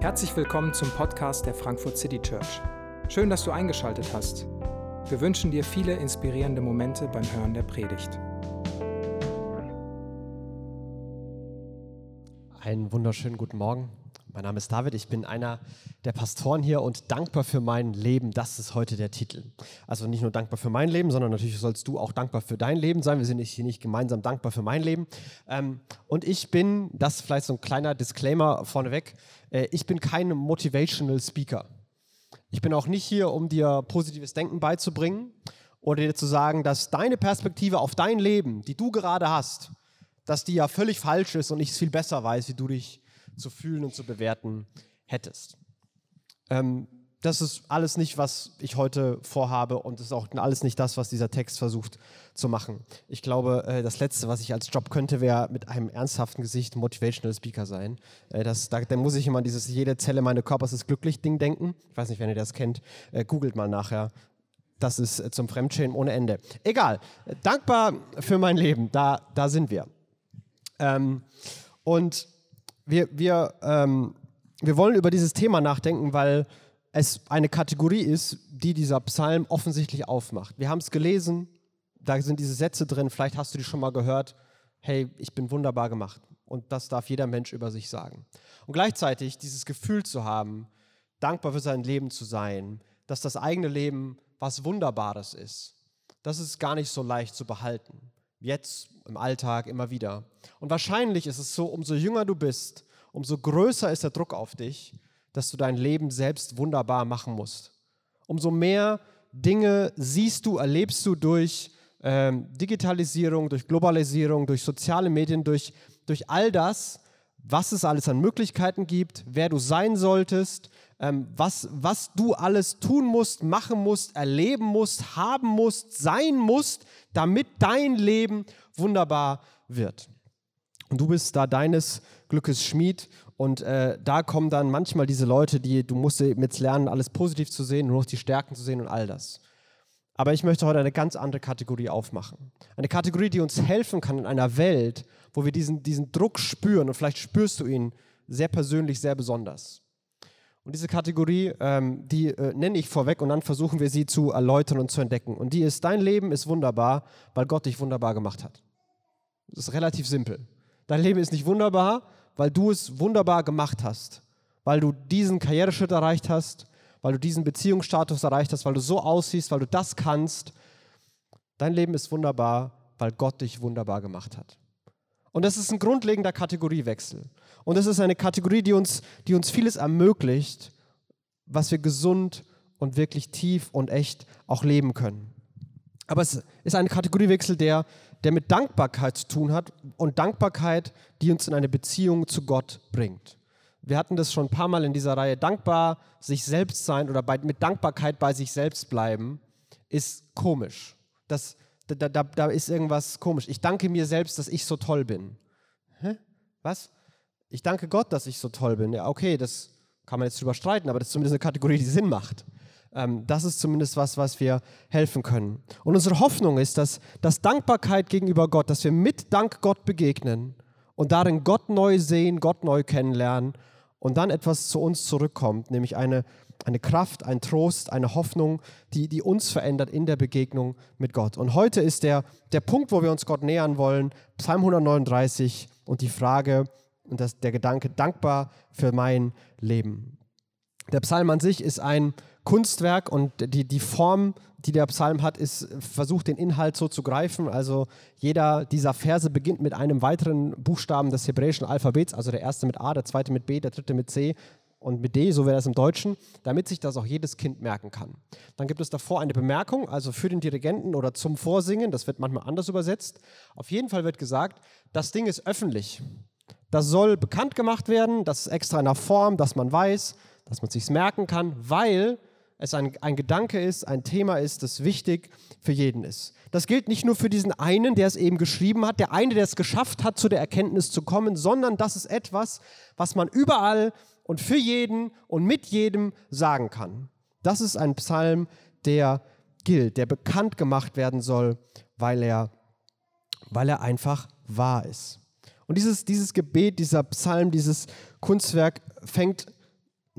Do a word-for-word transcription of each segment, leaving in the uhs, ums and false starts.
Herzlich willkommen zum Podcast der Frankfurt City Church. Schön, dass du eingeschaltet hast. Wir wünschen dir viele inspirierende Momente beim Hören der Predigt. Einen wunderschönen guten Morgen. Mein Name ist David, ich bin einer der Pastoren hier und dankbar für mein Leben, das ist heute der Titel. Also nicht nur dankbar für mein Leben, sondern natürlich sollst du auch dankbar für dein Leben sein. Wir sind hier nicht gemeinsam dankbar für mein Leben. Und ich bin, das ist vielleicht so ein kleiner Disclaimer vorneweg, ich bin kein Motivational Speaker. Ich bin auch nicht hier, um dir positives Denken beizubringen oder dir zu sagen, dass deine Perspektive auf dein Leben, die du gerade hast, dass die ja völlig falsch ist und ich es viel besser weiß, wie du dich zu fühlen und zu bewerten hättest. Ähm, das ist alles nicht, was ich heute vorhabe und das ist auch alles nicht das, was dieser Text versucht zu machen. Ich glaube, äh, das Letzte, was ich als Job könnte, wäre mit einem ernsthaften Gesicht Motivational Speaker sein. Äh, das, da, da muss ich immer an dieses jede Zelle meines Körpers ist glücklich Ding denken. Ich weiß nicht, wenn ihr das kennt. Äh, googelt mal nachher. Das ist äh, zum Fremdschämen ohne Ende. Egal. Äh, dankbar für mein Leben. Da, da sind wir. Ähm, und Wir, wir, ähm, wir wollen über dieses Thema nachdenken, weil es eine Kategorie ist, die dieser Psalm offensichtlich aufmacht. Wir haben es gelesen, da sind diese Sätze drin, vielleicht hast du die schon mal gehört, hey, ich bin wunderbar gemacht. Und das darf jeder Mensch über sich sagen. Und gleichzeitig dieses Gefühl zu haben, dankbar für sein Leben zu sein, dass das eigene Leben was Wunderbares ist, das ist gar nicht so leicht zu behalten. Jetzt, im Alltag, immer wieder. Und wahrscheinlich ist es so, umso jünger du bist, umso größer ist der Druck auf dich, dass du dein Leben selbst wunderbar machen musst. Umso mehr Dinge siehst du, erlebst du durch ähm, Digitalisierung, durch Globalisierung, durch soziale Medien, durch, durch all das, was es alles an Möglichkeiten gibt, wer du sein solltest, ähm, was, was du alles tun musst, machen musst, erleben musst, haben musst, sein musst, damit dein Leben wunderbar wird. Und du bist da deines Glückes Schmied und äh, da kommen dann manchmal diese Leute, die du musst jetzt lernen, alles positiv zu sehen, nur noch die Stärken zu sehen und all das. Aber ich möchte heute eine ganz andere Kategorie aufmachen. Eine Kategorie, die uns helfen kann in einer Welt, wo wir diesen, diesen Druck spüren und vielleicht spürst du ihn sehr persönlich, sehr besonders. Und diese Kategorie, ähm, die äh, nenne ich vorweg und dann versuchen wir sie zu erläutern und zu entdecken. Und die ist, dein Leben ist wunderbar, weil Gott dich wunderbar gemacht hat. Das ist relativ simpel. Dein Leben ist nicht wunderbar, weil du es wunderbar gemacht hast. Weil du diesen Karriereschritt erreicht hast, weil du diesen Beziehungsstatus erreicht hast, weil du so aussiehst, weil du das kannst. Dein Leben ist wunderbar, weil Gott dich wunderbar gemacht hat. Und das ist ein grundlegender Kategoriewechsel. Und das ist eine Kategorie, die uns, die uns vieles ermöglicht, was wir gesund und wirklich tief und echt auch leben können. Aber es ist ein Kategoriewechsel, der, der mit Dankbarkeit zu tun hat und Dankbarkeit, die uns in eine Beziehung zu Gott bringt. Wir hatten das schon ein paar Mal in dieser Reihe. Dankbar sich selbst sein oder bei, mit Dankbarkeit bei sich selbst bleiben, ist komisch. Das Da, da, da ist irgendwas komisch. Ich danke mir selbst, dass ich so toll bin. Hä? Was? Ich danke Gott, dass ich so toll bin. Ja, okay, das kann man jetzt drüber streiten, aber das ist zumindest eine Kategorie, die Sinn macht. Ähm, das ist zumindest was, was wir helfen können. Und unsere Hoffnung ist, dass, dass Dankbarkeit gegenüber Gott, dass wir mit Dank Gott begegnen und darin Gott neu sehen, Gott neu kennenlernen und dann etwas zu uns zurückkommt, nämlich eine Eine Kraft, ein Trost, eine Hoffnung, die, die uns verändert in der Begegnung mit Gott. Und heute ist der, der Punkt, wo wir uns Gott nähern wollen, Psalm hundertneununddreißig und die Frage und das, der Gedanke, dankbar für mein Leben. Der Psalm an sich ist ein Kunstwerk und die, die Form, die der Psalm hat, ist, versucht den Inhalt so zu greifen. Also jeder dieser Verse beginnt mit einem weiteren Buchstaben des hebräischen Alphabets, also der erste mit A, der zweite mit B, der dritte mit C, und mit D, so wäre das im Deutschen, damit sich das auch jedes Kind merken kann. Dann gibt es davor eine Bemerkung, also für den Dirigenten oder zum Vorsingen, das wird manchmal anders übersetzt. Auf jeden Fall wird gesagt, das Ding ist öffentlich. Das soll bekannt gemacht werden, das ist extra in einer Form, dass man weiß, dass man es sich merken kann, weil es ein, ein Gedanke ist, ein Thema ist, das wichtig für jeden ist. Das gilt nicht nur für diesen einen, der es eben geschrieben hat, der eine, der es geschafft hat, zu der Erkenntnis zu kommen, sondern das ist etwas, was man überall und für jeden und mit jedem sagen kann. Das ist ein Psalm, der gilt, der bekannt gemacht werden soll, weil er, weil er einfach wahr ist. Und dieses, dieses Gebet, dieser Psalm, dieses Kunstwerk fängt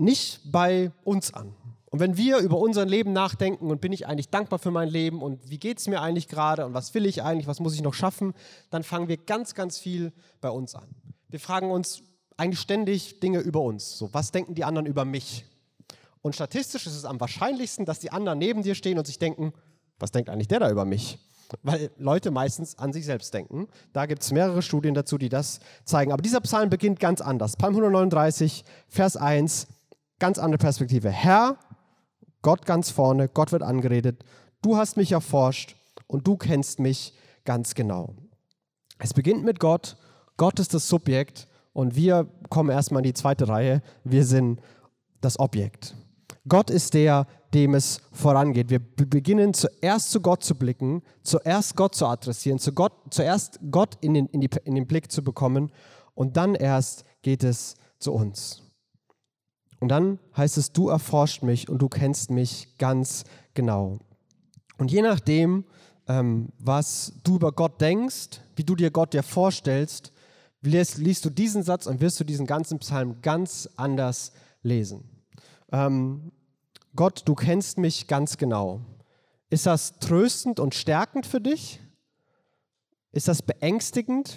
nicht bei uns an. Und wenn wir über unser Leben nachdenken und bin ich eigentlich dankbar für mein Leben und wie geht es mir eigentlich gerade und was will ich eigentlich, was muss ich noch schaffen, dann fangen wir ganz, ganz viel bei uns an. Wir fragen uns eigentlich ständig Dinge über uns. So, was denken die anderen über mich? Und statistisch ist es am wahrscheinlichsten, dass die anderen neben dir stehen und sich denken, was denkt eigentlich der da über mich? Weil Leute meistens an sich selbst denken. Da gibt es mehrere Studien dazu, die das zeigen. Aber dieser Psalm beginnt ganz anders. Psalm hundertneununddreißig, Vers eins, ganz andere Perspektive. Herr, Gott ganz vorne, Gott wird angeredet, du hast mich erforscht und du kennst mich ganz genau. Es beginnt mit Gott, Gott ist das Subjekt und wir kommen erstmal in die zweite Reihe, wir sind das Objekt. Gott ist der, dem es vorangeht. Wir beginnen zuerst zu Gott zu blicken, zuerst Gott zu adressieren, zu Gott, zuerst Gott in den, in, die, in den Blick zu bekommen und dann erst geht es zu uns. Und dann heißt es, du erforscht mich und du kennst mich ganz genau. Und je nachdem, ähm, was du über Gott denkst, wie du dir Gott dir vorstellst, liest, liest du diesen Satz und wirst du diesen ganzen Psalm ganz anders lesen. Ähm, Gott, du kennst mich ganz genau. Ist das tröstend und stärkend für dich? Ist das beängstigend?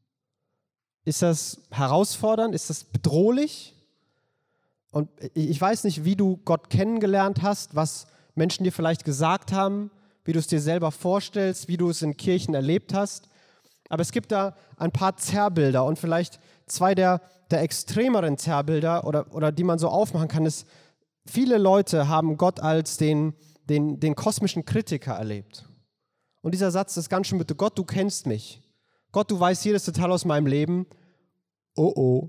Ist das herausfordernd? Ist das bedrohlich? Und ich weiß nicht, wie du Gott kennengelernt hast, was Menschen dir vielleicht gesagt haben, wie du es dir selber vorstellst, wie du es in Kirchen erlebt hast. Aber es gibt da ein paar Zerrbilder und vielleicht zwei der, der extremeren Zerrbilder oder, oder die man so aufmachen kann, ist, viele Leute haben Gott als den, den, den kosmischen Kritiker erlebt. Und dieser Satz ist ganz schön bitte, Gott, du kennst mich. Gott, du weißt jedes Detail aus meinem Leben. Oh oh.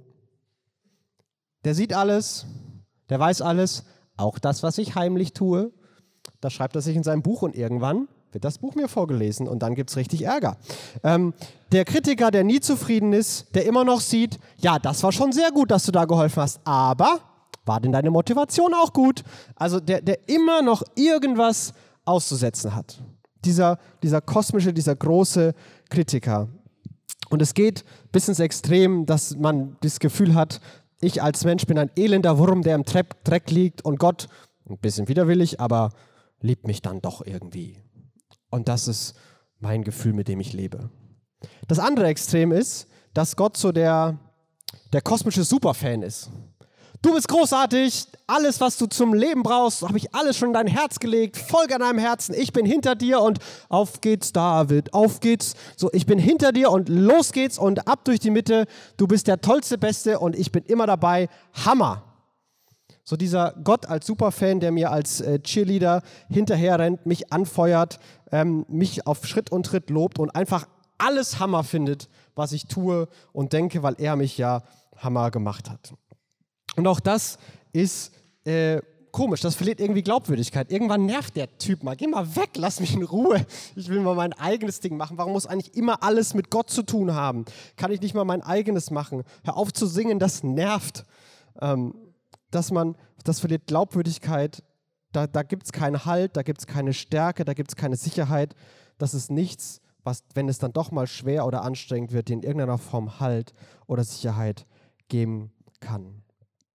Der sieht alles, der weiß alles, auch das, was ich heimlich tue. Das schreibt er sich in seinem Buch und irgendwann wird das Buch mir vorgelesen und dann gibt es richtig Ärger. Ähm, der Kritiker, der nie zufrieden ist, der immer noch sieht, ja, das war schon sehr gut, dass du da geholfen hast, aber war denn deine Motivation auch gut? Also der, der immer noch irgendwas auszusetzen hat. Dieser, dieser kosmische, dieser große Kritiker. Und es geht bis ins Extrem, dass man das Gefühl hat, ich als Mensch bin ein elender Wurm, der im Dreck liegt und Gott, ein bisschen widerwillig, aber liebt mich dann doch irgendwie. Und das ist mein Gefühl, mit dem ich lebe. Das andere Extrem ist, dass Gott so der, der kosmische Superfan ist. Du bist großartig, alles, was du zum Leben brauchst, habe ich alles schon in dein Herz gelegt, folge an deinem Herzen, ich bin hinter dir und auf geht's, David, auf geht's. So, ich bin hinter dir und los geht's und ab durch die Mitte, du bist der tollste, Beste und ich bin immer dabei, Hammer. So dieser Gott als Superfan, der mir als äh, Cheerleader hinterher rennt, mich anfeuert, ähm, mich auf Schritt und Tritt lobt und einfach alles Hammer findet, was ich tue und denke, weil er mich ja Hammer gemacht hat. Und auch das ist äh, komisch, das verliert irgendwie Glaubwürdigkeit. Irgendwann nervt der Typ mal, geh mal weg, lass mich in Ruhe. Ich will mal mein eigenes Ding machen. Warum muss eigentlich immer alles mit Gott zu tun haben? Kann ich nicht mal mein eigenes machen? Hör auf zu singen, das nervt. Ähm, dass man, das verliert Glaubwürdigkeit, da, da gibt es keinen Halt, da gibt es keine Stärke, da gibt es keine Sicherheit. Das ist nichts, was, wenn es dann doch mal schwer oder anstrengend wird, dir in irgendeiner Form Halt oder Sicherheit geben kann.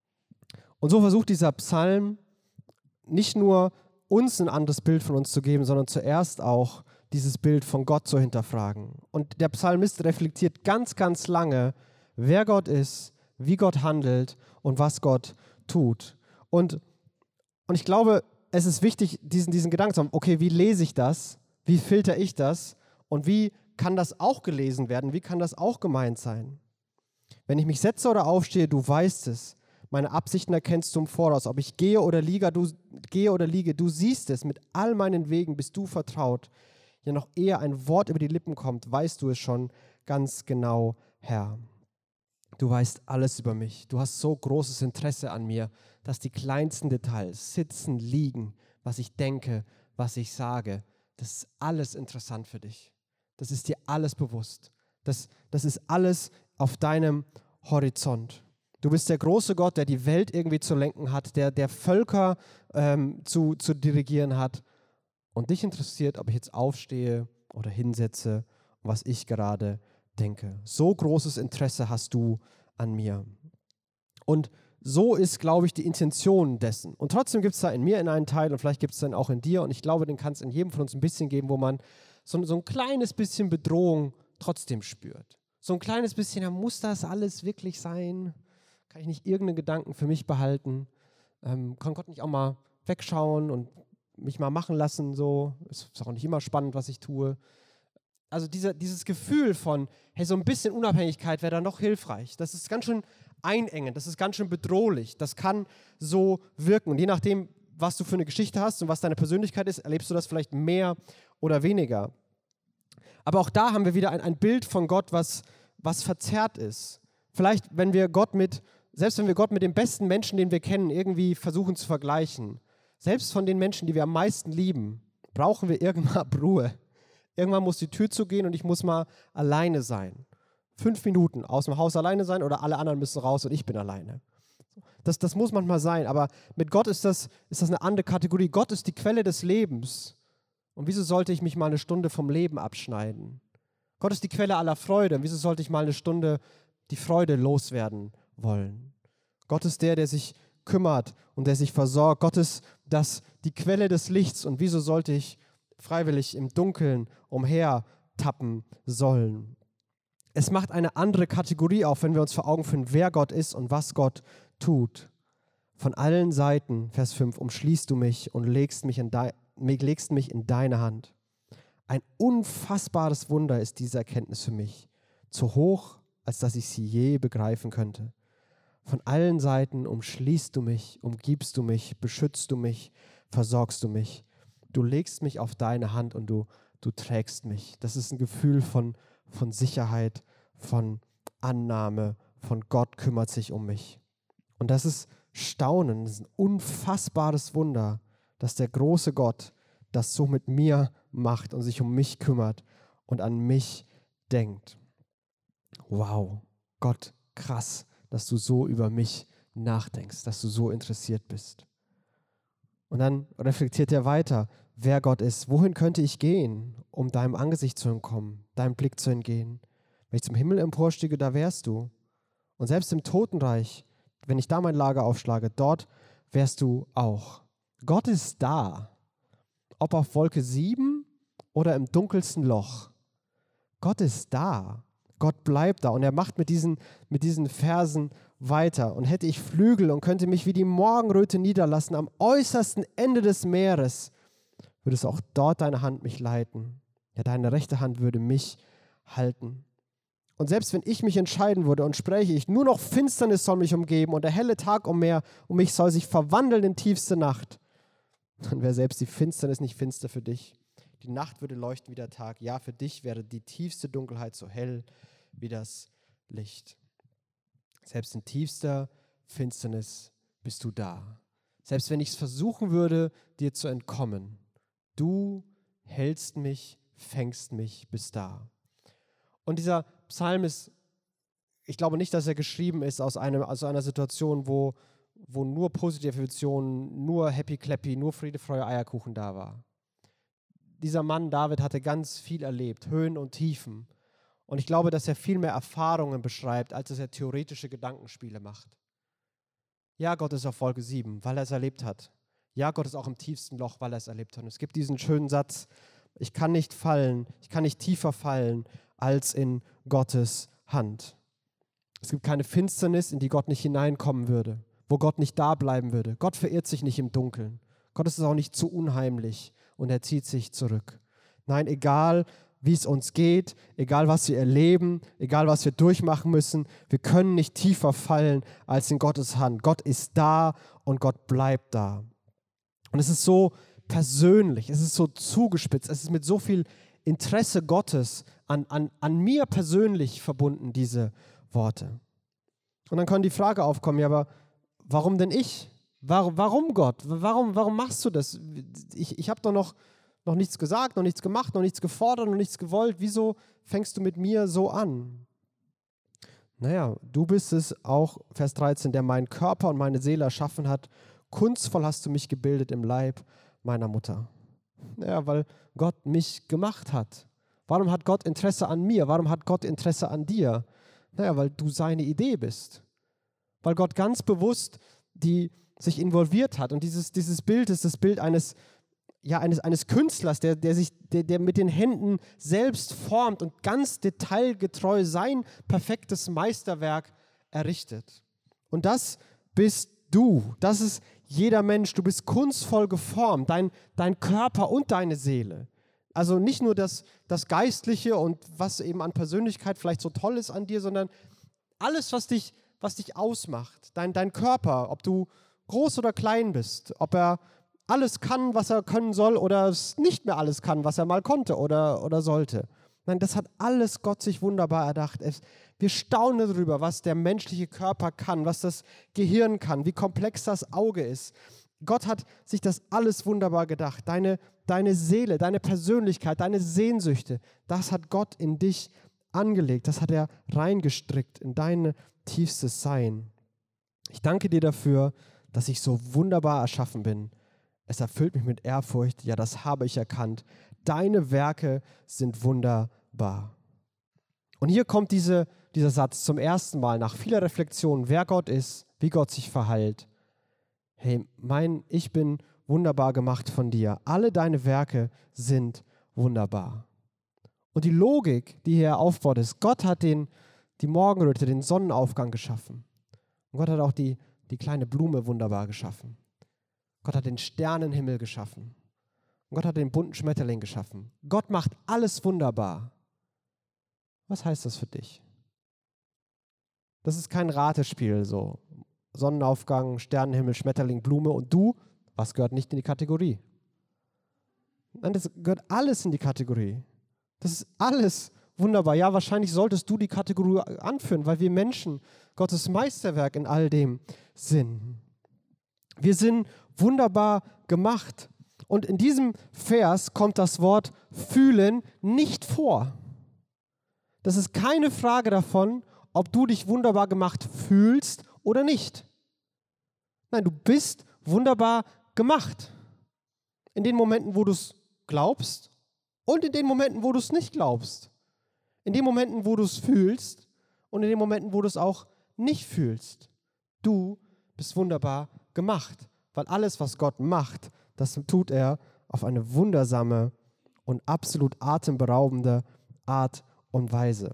Und so versucht dieser Psalm nicht nur uns ein anderes Bild von uns zu geben, sondern zuerst auch dieses Bild von Gott zu hinterfragen. Und der Psalmist reflektiert ganz, ganz lange, wer Gott ist, wie Gott handelt und was Gott tut. Und, und ich glaube, es ist wichtig, diesen, diesen Gedanken zu haben, okay, wie lese ich das? Wie filter ich das? Und wie kann das auch gelesen werden? Wie kann das auch gemeint sein? Wenn ich mich setze oder aufstehe, du weißt es. Meine Absichten erkennst du im Voraus. Ob ich gehe oder liege, du, gehe oder liege, du siehst es. Mit all meinen Wegen bist du vertraut. Ja, noch ehe ein Wort über die Lippen kommt, weißt du es schon ganz genau, Herr. Du weißt alles über mich. Du hast so großes Interesse an mir, dass die kleinsten Details, sitzen, liegen, was ich denke, was ich sage, das ist alles interessant für dich. Das ist dir alles bewusst. Das, das ist alles auf deinem Horizont. Du bist der große Gott, der die Welt irgendwie zu lenken hat, der, der Völker ähm, zu, zu dirigieren hat. Und dich interessiert, ob ich jetzt aufstehe oder hinsetze, was ich gerade denke. So großes Interesse hast du an mir. Und so ist, glaube ich, die Intention dessen. Und trotzdem gibt es da in mir in einen Teil und vielleicht gibt es dann auch in dir und ich glaube, den kann es in jedem von uns ein bisschen geben, wo man so, so ein kleines bisschen Bedrohung trotzdem spürt. So ein kleines bisschen, ja, muss das alles wirklich sein? Kann ich nicht irgendeinen Gedanken für mich behalten? Ähm, kann Gott nicht auch mal wegschauen und mich mal machen lassen? So, ist auch nicht immer spannend, was ich tue. Also dieser, dieses Gefühl von, hey, so ein bisschen Unabhängigkeit wäre da noch hilfreich. Das ist ganz schön einengend, das ist ganz schön bedrohlich. Das kann so wirken. Und je nachdem, was du für eine Geschichte hast und was deine Persönlichkeit ist, erlebst du das vielleicht mehr oder weniger. Aber auch da haben wir wieder ein, ein Bild von Gott, was, was verzerrt ist. Vielleicht, wenn wir Gott mit, selbst wenn wir Gott mit dem besten Menschen, den wir kennen, irgendwie versuchen zu vergleichen, selbst von den Menschen, die wir am meisten lieben, brauchen wir irgendwann Ruhe. Irgendwann muss die Tür zugehen und ich muss mal alleine sein. Fünf Minuten aus dem Haus alleine sein oder alle anderen müssen raus und ich bin alleine. Das, das muss manchmal sein, aber mit Gott ist das, ist das eine andere Kategorie. Gott ist die Quelle des Lebens. Und wieso sollte ich mich mal eine Stunde vom Leben abschneiden? Gott ist die Quelle aller Freude. Und wieso sollte ich mal eine Stunde die Freude loswerden wollen? Gott ist der, der sich kümmert und der sich versorgt. Gott ist das, die Quelle des Lichts. Und wieso sollte ich freiwillig im Dunkeln umhertappen sollen? Es macht eine andere Kategorie auf, wenn wir uns vor Augen führen, wer Gott ist und was Gott tut. Von allen Seiten, Vers fünf, umschließt du mich und legst mich in, de- legst mich in deine Hand. Ein unfassbares Wunder ist diese Erkenntnis für mich. Zu hoch, als dass ich sie je begreifen könnte. Von allen Seiten umschließt du mich, umgibst du mich, beschützt du mich, versorgst du mich. Du legst mich auf deine Hand und du, du trägst mich. Das ist ein Gefühl von, von Sicherheit, von Annahme, von Gott kümmert sich um mich. Und das ist Staunen, das ist ein unfassbares Wunder, dass der große Gott das so mit mir macht und sich um mich kümmert und an mich denkt. Wow, Gott, krass, dass du so über mich nachdenkst, dass du so interessiert bist. Und dann reflektiert er weiter, wer Gott ist. Wohin könnte ich gehen, um deinem Angesicht zu entkommen, deinem Blick zu entgehen? Wenn ich zum Himmel emporstiege, da wärst du. Und selbst im Totenreich, wenn ich da mein Lager aufschlage, dort wärst du auch. Gott ist da. Ob auf Wolke sieben oder im dunkelsten Loch. Gott ist da. Gott bleibt da. Und er macht mit diesen, mit diesen Versen weiter. Und hätte ich Flügel und könnte mich wie die Morgenröte niederlassen am äußersten Ende des Meeres, würde es auch dort deine Hand mich leiten. Ja, deine rechte Hand würde mich halten. Und selbst wenn ich mich entscheiden würde und spreche ich, nur noch Finsternis soll mich umgeben und der helle Tag um, mehr, um mich soll sich verwandeln in tiefste Nacht, dann wäre selbst die Finsternis nicht finster für dich. Die Nacht würde leuchten wie der Tag. Ja, für dich wäre die tiefste Dunkelheit so hell wie das Licht. Selbst in tiefster Finsternis bist du da. Selbst wenn ich es versuchen würde, dir zu entkommen, du hältst mich, fängst mich bis da. Und dieser Psalm ist, ich glaube nicht, dass er geschrieben ist aus, einem, aus einer Situation, wo, wo nur positive Emotionen, nur Happy Clappy, nur Friede, Freude, Eierkuchen da war. Dieser Mann, David, hatte ganz viel erlebt, Höhen und Tiefen. Und ich glaube, dass er viel mehr Erfahrungen beschreibt, als dass er theoretische Gedankenspiele macht. Ja, Gott ist auf Wolke sieben, weil er es erlebt hat. Ja, Gott ist auch im tiefsten Loch, weil er es erlebt hat. Und es gibt diesen schönen Satz, ich kann nicht fallen, ich kann nicht tiefer fallen, als in Gottes Hand. Es gibt keine Finsternis, in die Gott nicht hineinkommen würde, wo Gott nicht da bleiben würde. Gott verirrt sich nicht im Dunkeln. Gott ist auch nicht zu unheimlich und er zieht sich zurück. Nein, egal wie es uns geht, egal was wir erleben, egal was wir durchmachen müssen, wir können nicht tiefer fallen als in Gottes Hand. Gott ist da und Gott bleibt da. Und es ist so persönlich, es ist so zugespitzt, es ist mit so viel Interesse Gottes an, an, an mir persönlich verbunden, diese Worte. Und dann kann die Frage aufkommen, ja, aber warum denn ich? Warum, warum Gott? Warum, warum machst du das? Ich, ich habe doch noch, noch nichts gesagt, noch nichts gemacht, noch nichts gefordert, noch nichts gewollt. Wieso fängst du mit mir so an? Naja, du bist es auch, Vers dreizehn, der meinen Körper und meine Seele erschaffen hat. Kunstvoll hast du mich gebildet im Leib meiner Mutter. Naja, weil Gott mich gemacht hat. Warum hat Gott Interesse an mir? Warum hat Gott Interesse an dir? Naja, weil du seine Idee bist. weil Gott ganz bewusst die sich involviert hat. Und dieses, dieses Bild ist das Bild eines, ja, eines, eines Künstlers, der, der, sich, der, der mit den Händen selbst formt und ganz detailgetreu sein perfektes Meisterwerk errichtet. Und das bist du. Das ist jeder Mensch. Du bist kunstvoll geformt, dein, dein Körper und deine Seele. Also nicht nur das, das Geistliche und was eben an Persönlichkeit vielleicht so toll ist an dir, sondern alles, was dich, was dich ausmacht. Dein, dein Körper, ob du groß oder klein bist, ob er alles kann, was er können soll oder es nicht mehr alles kann, was er mal konnte oder, oder sollte. Nein, das hat alles Gott sich wunderbar erdacht. Es, wir staunen darüber, was der menschliche Körper kann, was das Gehirn kann, wie komplex das Auge ist. Gott hat sich das alles wunderbar gedacht. Deine, deine Seele, deine Persönlichkeit, deine Sehnsüchte, das hat Gott in dich angelegt. Das hat er reingestrickt in dein tiefstes Sein. Ich danke dir dafür, dass ich so wunderbar erschaffen bin. Es erfüllt mich mit Ehrfurcht. Ja, das habe ich erkannt. Deine Werke sind wunderbar. Und hier kommt diese, dieser Satz zum ersten Mal nach vieler Reflexion, wer Gott ist, wie Gott sich verhält. Hey, mein, ich bin wunderbar gemacht von dir. Alle deine Werke sind wunderbar. Und die Logik, die hier aufbaut, ist, Gott hat den, die Morgenröte, den Sonnenaufgang geschaffen. Und Gott hat auch die, die kleine Blume wunderbar geschaffen. Gott hat den Sternenhimmel geschaffen. Und Gott hat den bunten Schmetterling geschaffen. Gott macht alles wunderbar. Was heißt das für dich? Das ist kein Ratespiel, so Sonnenaufgang, Sternenhimmel, Schmetterling, Blume und du, was gehört nicht in die Kategorie? Nein, das gehört alles in die Kategorie. Das ist alles wunderbar. Ja, wahrscheinlich solltest du die Kategorie anführen, weil wir Menschen Gottes Meisterwerk in all dem sind. Wir sind wunderbar gemacht. Und in diesem Vers kommt das Wort fühlen nicht vor. Das ist keine Frage davon, ob du dich wunderbar gemacht fühlst oder nicht. Nein, du bist wunderbar gemacht. In den Momenten, wo du es glaubst und in den Momenten, wo du es nicht glaubst. In den Momenten, wo du es fühlst und in den Momenten, wo du es auch nicht fühlst. Du bist wunderbar gemacht, weil alles, was Gott macht, das tut er auf eine wundersame und absolut atemberaubende Art und Weise.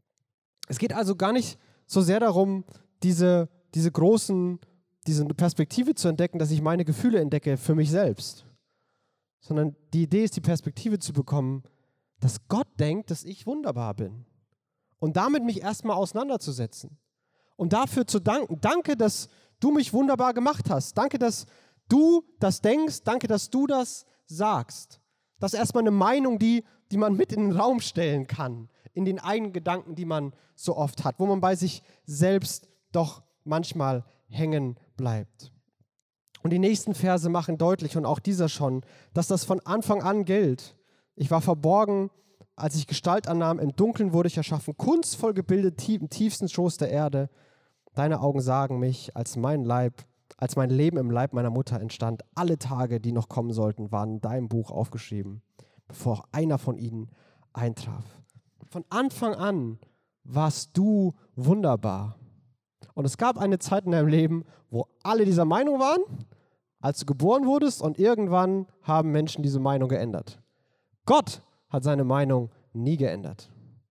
Es geht also gar nicht so sehr darum, diese, diese großen, diese Perspektive zu entdecken, dass ich meine Gefühle entdecke für mich selbst, sondern die Idee ist, die Perspektive zu bekommen, dass Gott denkt, dass ich wunderbar bin und damit mich erstmal auseinanderzusetzen und dafür zu danken. Danke, dass du mich wunderbar gemacht hast. Danke, dass du das denkst. Danke, dass du das sagst. Das ist erstmal eine Meinung, die, die man mit in den Raum stellen kann, in den eigenen Gedanken, die man so oft hat, wo man bei sich selbst doch manchmal hängen bleibt. Und die nächsten Verse machen deutlich, und auch dieser schon, dass das von Anfang an gilt. Ich war verborgen, als ich Gestalt annahm, im Dunkeln wurde ich erschaffen, kunstvoll gebildet, tief, im tiefsten Schoß der Erde. Deine Augen sagen mich, als mein Leib, als mein Leben im Leib meiner Mutter entstand, alle Tage, die noch kommen sollten, waren in deinem Buch aufgeschrieben, bevor auch einer von ihnen eintraf. Von Anfang an warst du wunderbar. Und es gab eine Zeit in deinem Leben, wo alle dieser Meinung waren, als du geboren wurdest, und irgendwann haben Menschen diese Meinung geändert. Gott hat seine Meinung nie geändert.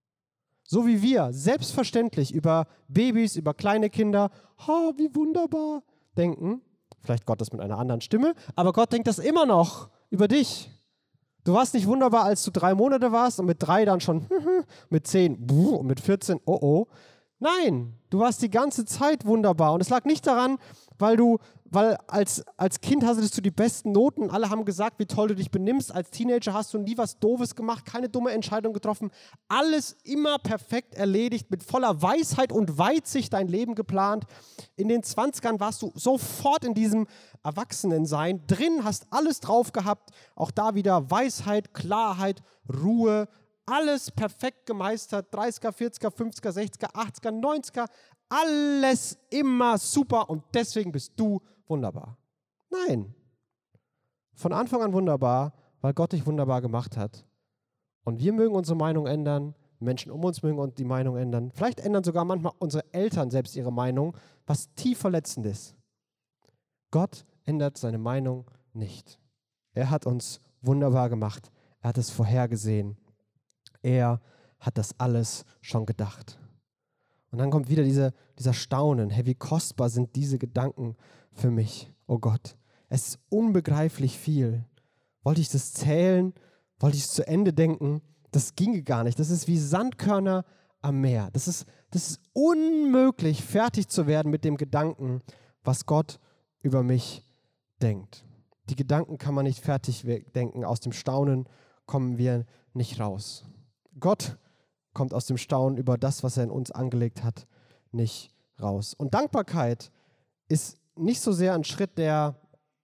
So wie wir selbstverständlich über Babys, über kleine Kinder, ha, wie wunderbar, denken, vielleicht Gott das mit einer anderen Stimme, aber Gott denkt das immer noch über dich. Du warst nicht wunderbar, als du drei Monate warst und mit drei dann schon, mit zehn und mit vierzehn, oh oh. Nein, du warst die ganze Zeit wunderbar. Und es lag nicht daran, weil du, weil als, als Kind hattest du die besten Noten, alle haben gesagt, wie toll du dich benimmst. Als Teenager hast du nie was Doofes gemacht, keine dumme Entscheidung getroffen. Alles immer perfekt erledigt, mit voller Weisheit und Weitsicht dein Leben geplant. In den zwanzigern warst du sofort in diesem Erwachsenensein drin, hast alles drauf gehabt. Auch da wieder Weisheit, Klarheit, Ruhe, alles perfekt gemeistert, dreißiger, vierziger, fünfziger, sechziger, achtziger, neunziger, alles immer super und deswegen bist du wunderbar. Nein, von Anfang an wunderbar, weil Gott dich wunderbar gemacht hat. Und wir mögen unsere Meinung ändern, Menschen um uns mögen und die Meinung ändern. Vielleicht ändern sogar manchmal unsere Eltern selbst ihre Meinung, was tief verletzend ist. Gott ändert seine Meinung nicht. Er hat uns wunderbar gemacht. Er hat es vorhergesehen. Er hat das alles schon gedacht. Und dann kommt wieder diese, dieser Staunen. Hey, wie kostbar sind diese Gedanken für mich, oh Gott. Es ist unbegreiflich viel. Wollte ich das zählen? Wollte ich es zu Ende denken? Das ginge gar nicht. Das ist wie Sandkörner am Meer. Das ist, das ist unmöglich, fertig zu werden mit dem Gedanken, was Gott über mich denkt. Die Gedanken kann man nicht fertig denken. Aus dem Staunen kommen wir nicht raus. Gott kommt aus dem Staunen über das, was er in uns angelegt hat, nicht raus. Und Dankbarkeit ist nicht so sehr ein Schritt der,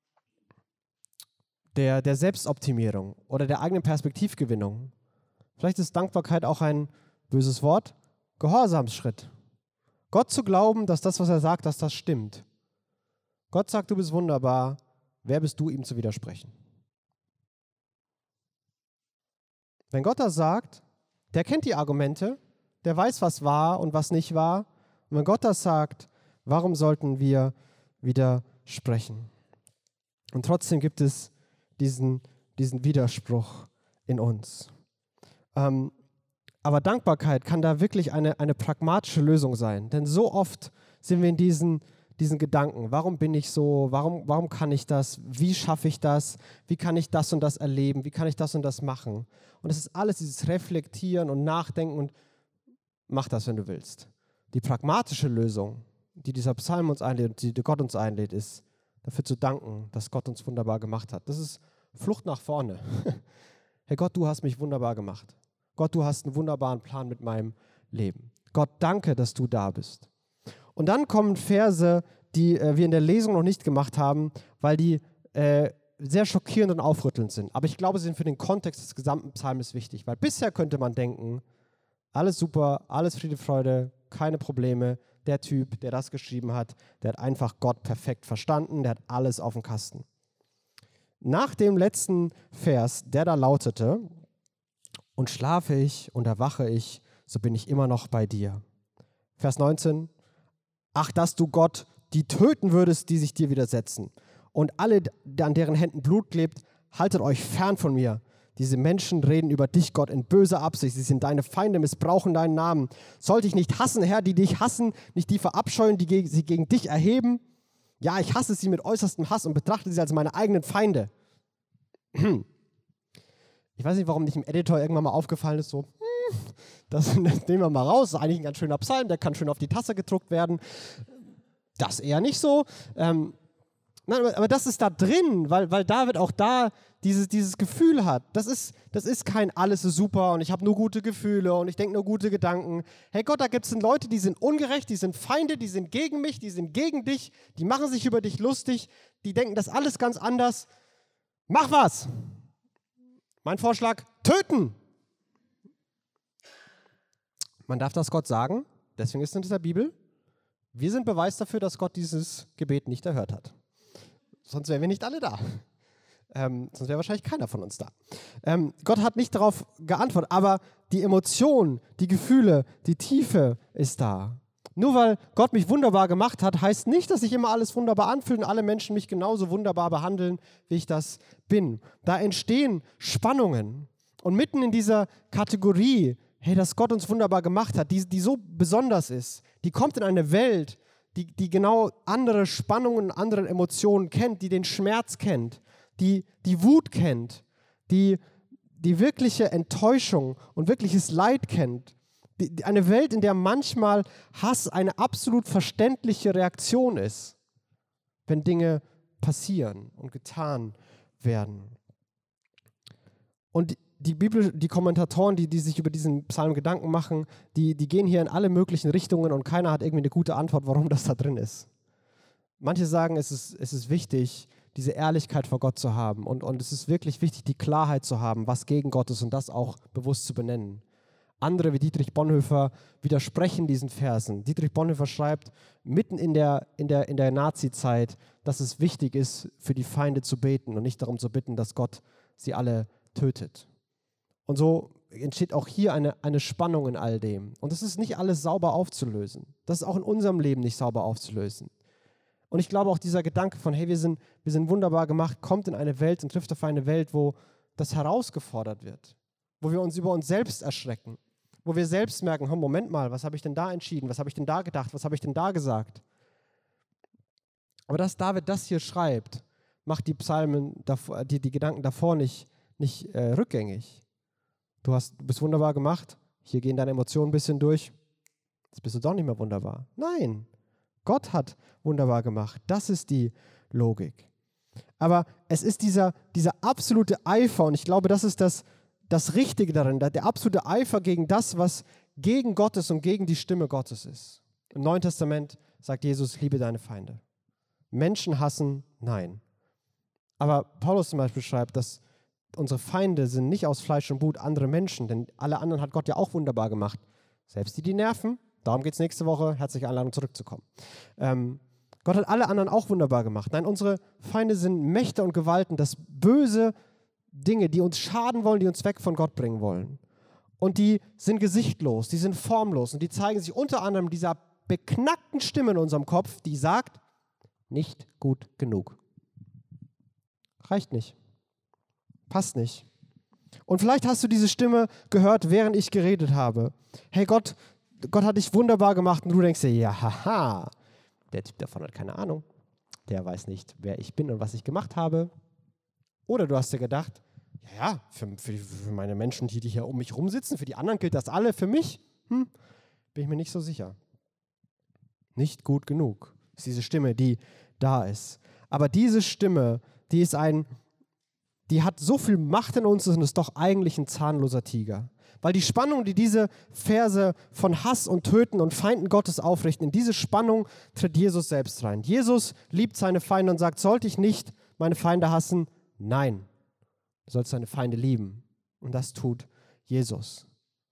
der, der Selbstoptimierung oder der eigenen Perspektivgewinnung. Vielleicht ist Dankbarkeit auch ein böses Wort, Gehorsamsschritt. Gott zu glauben, dass das, was er sagt, dass das stimmt. Gott sagt, du bist wunderbar. Wer bist du, ihm zu widersprechen? Wenn Gott das sagt, der kennt die Argumente, der weiß, was war und was nicht war. Und wenn Gott das sagt, warum sollten wir widersprechen? Und trotzdem gibt es diesen, diesen Widerspruch in uns. Ähm, aber Dankbarkeit kann da wirklich eine, eine pragmatische Lösung sein. Denn so oft sind wir in diesen, diesen Gedanken. Warum bin ich so? Warum, warum kann ich das? Wie schaffe ich das? Wie kann ich das und das erleben? Wie kann ich das und das machen? Und es ist alles dieses Reflektieren und Nachdenken und mach das, wenn du willst. Die pragmatische Lösung, die dieser Psalm uns einlädt und die Gott uns einlädt, ist, dafür zu danken, dass Gott uns wunderbar gemacht hat. Das ist Flucht nach vorne. Herr Gott, du hast mich wunderbar gemacht. Gott, du hast einen wunderbaren Plan mit meinem Leben. Gott, danke, dass du da bist. Und dann kommen Verse, die äh, wir in der Lesung noch nicht gemacht haben, weil die äh, sehr schockierend und aufrüttelnd sind. Aber ich glaube, sie sind für den Kontext des gesamten Psalms wichtig, weil bisher könnte man denken, alles super, alles Friede, Freude, keine Probleme. Der Typ, der das geschrieben hat, der hat einfach Gott perfekt verstanden, der hat alles auf dem Kasten. Nach dem letzten Vers, der da lautete, und schlafe ich und erwache ich, so bin ich immer noch bei dir. Vers neunzehn, ach, dass du Gott die töten würdest, die sich dir widersetzen. Und alle, an deren Händen Blut klebt, haltet euch fern von mir. Diese Menschen reden über dich, Gott, in böser Absicht. Sie sind deine Feinde, missbrauchen deinen Namen. Sollte ich nicht hassen, Herr, die dich hassen, nicht die verabscheuen, die sich gegen dich erheben? Ja, ich hasse sie mit äußerstem Hass und betrachte sie als meine eigenen Feinde. Ich weiß nicht, warum nicht im Editor irgendwann mal aufgefallen ist, so, das nehmen wir mal raus, das ist eigentlich ein ganz schöner Psalm, der kann schön auf die Tasse gedruckt werden. Das eher nicht so. Ähm, nein, aber, aber das ist da drin, weil, weil David auch da dieses, dieses Gefühl hat. Das ist, das ist kein alles ist super und ich habe nur gute Gefühle und ich denke nur gute Gedanken. Hey Gott, da gibt es Leute, die sind ungerecht, die sind Feinde, die sind gegen mich, die sind gegen dich, die machen sich über dich lustig, die denken das alles ganz anders. Mach was! Mein Vorschlag, töten! Man darf das Gott sagen, deswegen ist es in dieser Bibel. Wir sind Beweis dafür, dass Gott dieses Gebet nicht erhört hat. Sonst wären wir nicht alle da. Ähm, sonst wäre wahrscheinlich keiner von uns da. Ähm, Gott hat nicht darauf geantwortet, aber die Emotion, die Gefühle, die Tiefe ist da. Nur weil Gott mich wunderbar gemacht hat, heißt nicht, dass sich immer alles wunderbar anfühlt und alle Menschen mich genauso wunderbar behandeln, wie ich das bin. Da entstehen Spannungen. Und mitten in dieser Kategorie, hey, dass Gott uns wunderbar gemacht hat, die, die so besonders ist, die kommt in eine Welt, die, die genau andere Spannungen, andere Emotionen kennt, die den Schmerz kennt, die die Wut kennt, die die wirkliche Enttäuschung und wirkliches Leid kennt. Die, die, eine Welt, in der manchmal Hass eine absolut verständliche Reaktion ist, wenn Dinge passieren und getan werden. Und die, Die Bibel, die Kommentatoren, die, die sich über diesen Psalm Gedanken machen, die, die gehen hier in alle möglichen Richtungen und keiner hat irgendwie eine gute Antwort, warum das da drin ist. Manche sagen, es ist, es ist wichtig, diese Ehrlichkeit vor Gott zu haben und, und es ist wirklich wichtig, die Klarheit zu haben, was gegen Gott ist und das auch bewusst zu benennen. Andere, wie Dietrich Bonhoeffer, widersprechen diesen Versen. Dietrich Bonhoeffer schreibt mitten in der, in der, in der Nazi-Zeit, dass es wichtig ist, für die Feinde zu beten und nicht darum zu bitten, dass Gott sie alle tötet. Und so entsteht auch hier eine, eine Spannung in all dem. Und das ist nicht alles sauber aufzulösen. Das ist auch in unserem Leben nicht sauber aufzulösen. Und ich glaube auch dieser Gedanke von, hey, wir sind, wir sind wunderbar gemacht, kommt in eine Welt und trifft auf eine Welt, wo das herausgefordert wird, wo wir uns über uns selbst erschrecken, wo wir selbst merken, oh, Moment mal, was habe ich denn da entschieden, was habe ich denn da gedacht, was habe ich denn da gesagt? Aber dass David das hier schreibt, macht die Psalmen, davor, die, die Gedanken davor nicht, nicht äh, rückgängig. Du, hast, du bist wunderbar gemacht, hier gehen deine Emotionen ein bisschen durch, jetzt bist du doch nicht mehr wunderbar. Nein, Gott hat wunderbar gemacht. Das ist die Logik. Aber es ist dieser, dieser absolute Eifer, und ich glaube, das ist das, das Richtige darin, der, der absolute Eifer gegen das, was gegen Gott ist und gegen die Stimme Gottes ist. Im Neuen Testament sagt Jesus, liebe deine Feinde. Menschen hassen, nein. Aber Paulus zum Beispiel schreibt, dass unsere Feinde sind nicht aus Fleisch und Blut andere Menschen, denn alle anderen hat Gott ja auch wunderbar gemacht. Selbst die, die nerven, darum geht es nächste Woche, herzliche Einladung zurückzukommen. Ähm, Gott hat alle anderen auch wunderbar gemacht. Nein, unsere Feinde sind Mächte und Gewalten, das böse Dinge, die uns schaden wollen, die uns weg von Gott bringen wollen. Und die sind gesichtlos, die sind formlos und die zeigen sich unter anderem dieser beknackten Stimme in unserem Kopf, die sagt, nicht gut genug. Reicht nicht. Passt nicht. Und vielleicht hast du diese Stimme gehört, während ich geredet habe. Hey, Gott, Gott hat dich wunderbar gemacht und du denkst dir, ja, haha, der Typ davon hat keine Ahnung. Der weiß nicht, wer ich bin und was ich gemacht habe. Oder du hast dir gedacht, ja, ja, für, für, für meine Menschen, die hier um mich rumsitzen, für die anderen gilt das alle, für mich hm, bin ich mir nicht so sicher. Nicht gut genug ist diese Stimme, die da ist. Aber diese Stimme, die ist ein, die hat so viel Macht in uns und ist doch eigentlich ein zahnloser Tiger. Weil die Spannung, die diese Verse von Hass und Töten und Feinden Gottes aufrichten, in diese Spannung tritt Jesus selbst rein. Jesus liebt seine Feinde und sagt, sollte ich nicht meine Feinde hassen? Nein, du sollst deine Feinde lieben. Und das tut Jesus.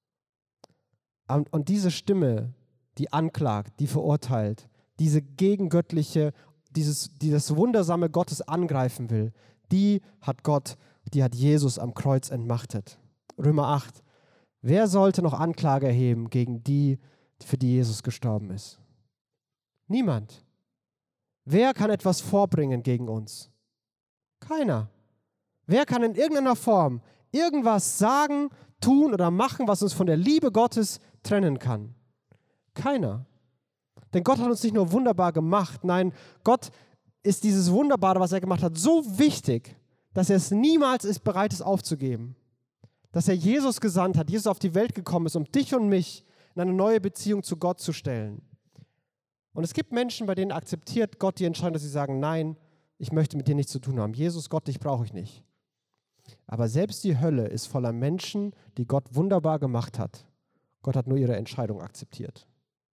Und, und diese Stimme, die anklagt, die verurteilt, diese gegengöttliche, dieses, dieses wundersame Gottes angreifen will, die hat Gott, die hat Jesus am Kreuz entmachtet. Römer acht. Wer sollte noch Anklage erheben gegen die, für die Jesus gestorben ist? Niemand. Wer kann etwas vorbringen gegen uns? Keiner. Wer kann in irgendeiner Form irgendwas sagen, tun oder machen, was uns von der Liebe Gottes trennen kann? Keiner. Denn Gott hat uns nicht nur wunderbar gemacht, nein, Gott ist dieses Wunderbare, was er gemacht hat, so wichtig, dass er es niemals ist bereit ist aufzugeben. Dass er Jesus gesandt hat, Jesus auf die Welt gekommen ist, um dich und mich in eine neue Beziehung zu Gott zu stellen. Und es gibt Menschen, bei denen akzeptiert Gott die Entscheidung, dass sie sagen, nein, ich möchte mit dir nichts zu tun haben. Jesus, Gott, dich brauche ich nicht. Aber selbst die Hölle ist voller Menschen, die Gott wunderbar gemacht hat. Gott hat nur ihre Entscheidung akzeptiert.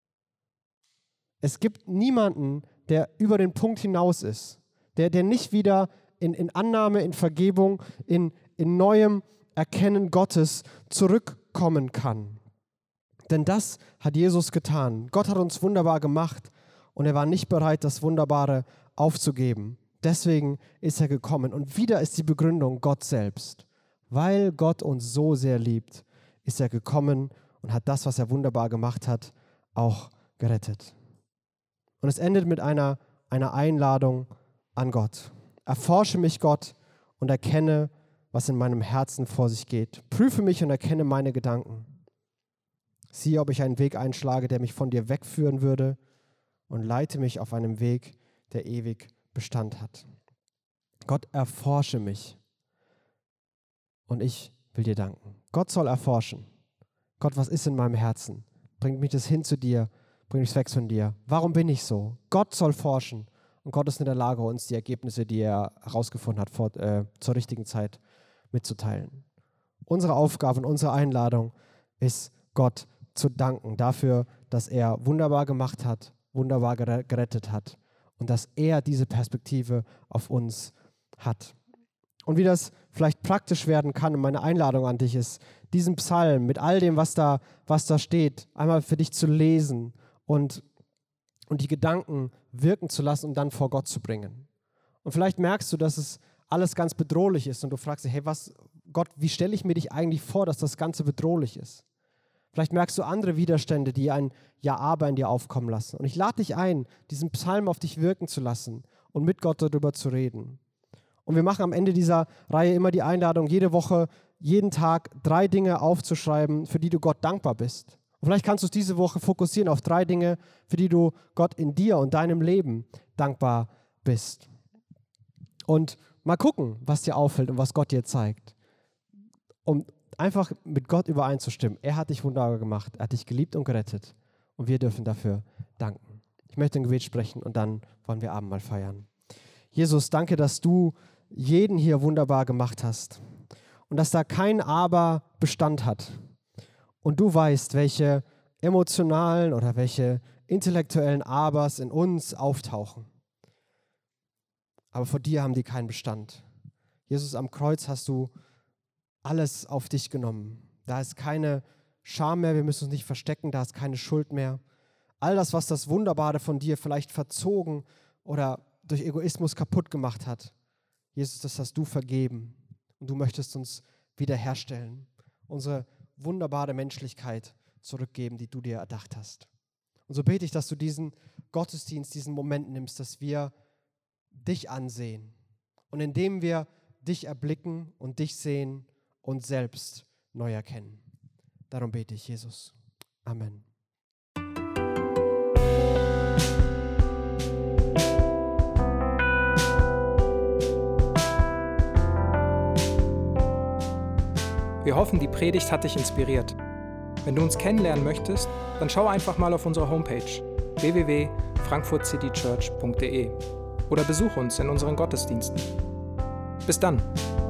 Es gibt niemanden, der über den Punkt hinaus ist, der, der nicht wieder in, in Annahme, in Vergebung, in, in neuem Erkennen Gottes zurückkommen kann. Denn das hat Jesus getan. Gott hat uns wunderbar gemacht und er war nicht bereit, das Wunderbare aufzugeben. Deswegen ist er gekommen. Und wieder ist die Begründung Gott selbst. Weil Gott uns so sehr liebt, ist er gekommen und hat das, was er wunderbar gemacht hat, auch gerettet. Und es endet mit einer, einer Einladung an Gott. Erforsche mich, Gott, und erkenne, was in meinem Herzen vor sich geht. Prüfe mich und erkenne meine Gedanken. Siehe, ob ich einen Weg einschlage, der mich von dir wegführen würde, und leite mich auf einem Weg, der ewig Bestand hat. Gott, erforsche mich. Und ich will dir danken. Gott soll erforschen. Gott, was ist in meinem Herzen? Bringt mich das hin zu dir? Bringt mich weg von dir? Warum bin ich so? Gott soll forschen. Und Gott ist in der Lage, uns die Ergebnisse, die er herausgefunden hat, vor, äh, zur richtigen Zeit mitzuteilen. Unsere Aufgabe und unsere Einladung ist, Gott zu danken dafür, dass er wunderbar gemacht hat, wunderbar gerettet hat und dass er diese Perspektive auf uns hat. Und wie das vielleicht praktisch werden kann, und meine Einladung an dich ist, diesen Psalm mit all dem, was da, was da steht, einmal für dich zu lesen und, und die Gedanken wirken zu lassen und dann vor Gott zu bringen. Und vielleicht merkst du, dass es alles ganz bedrohlich ist und du fragst dich, hey, was, Gott, wie stelle ich mir dich eigentlich vor, dass das Ganze bedrohlich ist? Vielleicht merkst du andere Widerstände, die ein Ja-Aber in dir aufkommen lassen. Und ich lade dich ein, diesen Psalm auf dich wirken zu lassen und mit Gott darüber zu reden. Und wir machen am Ende dieser Reihe immer die Einladung, jede Woche, jeden Tag drei Dinge aufzuschreiben, für die du Gott dankbar bist. Und vielleicht kannst du es diese Woche fokussieren auf drei Dinge, für die du Gott in dir und deinem Leben dankbar bist. Und mal gucken, was dir auffällt und was Gott dir zeigt. Um einfach mit Gott übereinzustimmen. Er hat dich wunderbar gemacht, er hat dich geliebt und gerettet. Und wir dürfen dafür danken. Ich möchte ein Gebet sprechen und dann wollen wir Abendmahl feiern. Jesus, danke, dass du jeden hier wunderbar gemacht hast und dass da kein Aber Bestand hat. Und du weißt, welche emotionalen oder welche intellektuellen Abers in uns auftauchen. Aber vor dir haben die keinen Bestand. Jesus, am Kreuz hast du alles auf dich genommen. Da ist keine Scham mehr, wir müssen uns nicht verstecken, da ist keine Schuld mehr. All das, was das Wunderbare von dir vielleicht verzogen oder durch Egoismus kaputt gemacht hat. Jesus, das hast du vergeben und du möchtest uns wiederherstellen. Unsere wunderbare Menschlichkeit zurückgeben, die du dir erdacht hast. Und so bete ich, dass du diesen Gottesdienst, diesen Moment nimmst, dass wir dich ansehen und indem wir dich erblicken und dich sehen, uns selbst neu erkennen. Darum bete ich, Jesus. Amen. Wir hoffen, die Predigt hat dich inspiriert. Wenn du uns kennenlernen möchtest, dann schau einfach mal auf unsere Homepage w w w punkt frankfurt city church punkt d e oder besuch uns in unseren Gottesdiensten. Bis dann!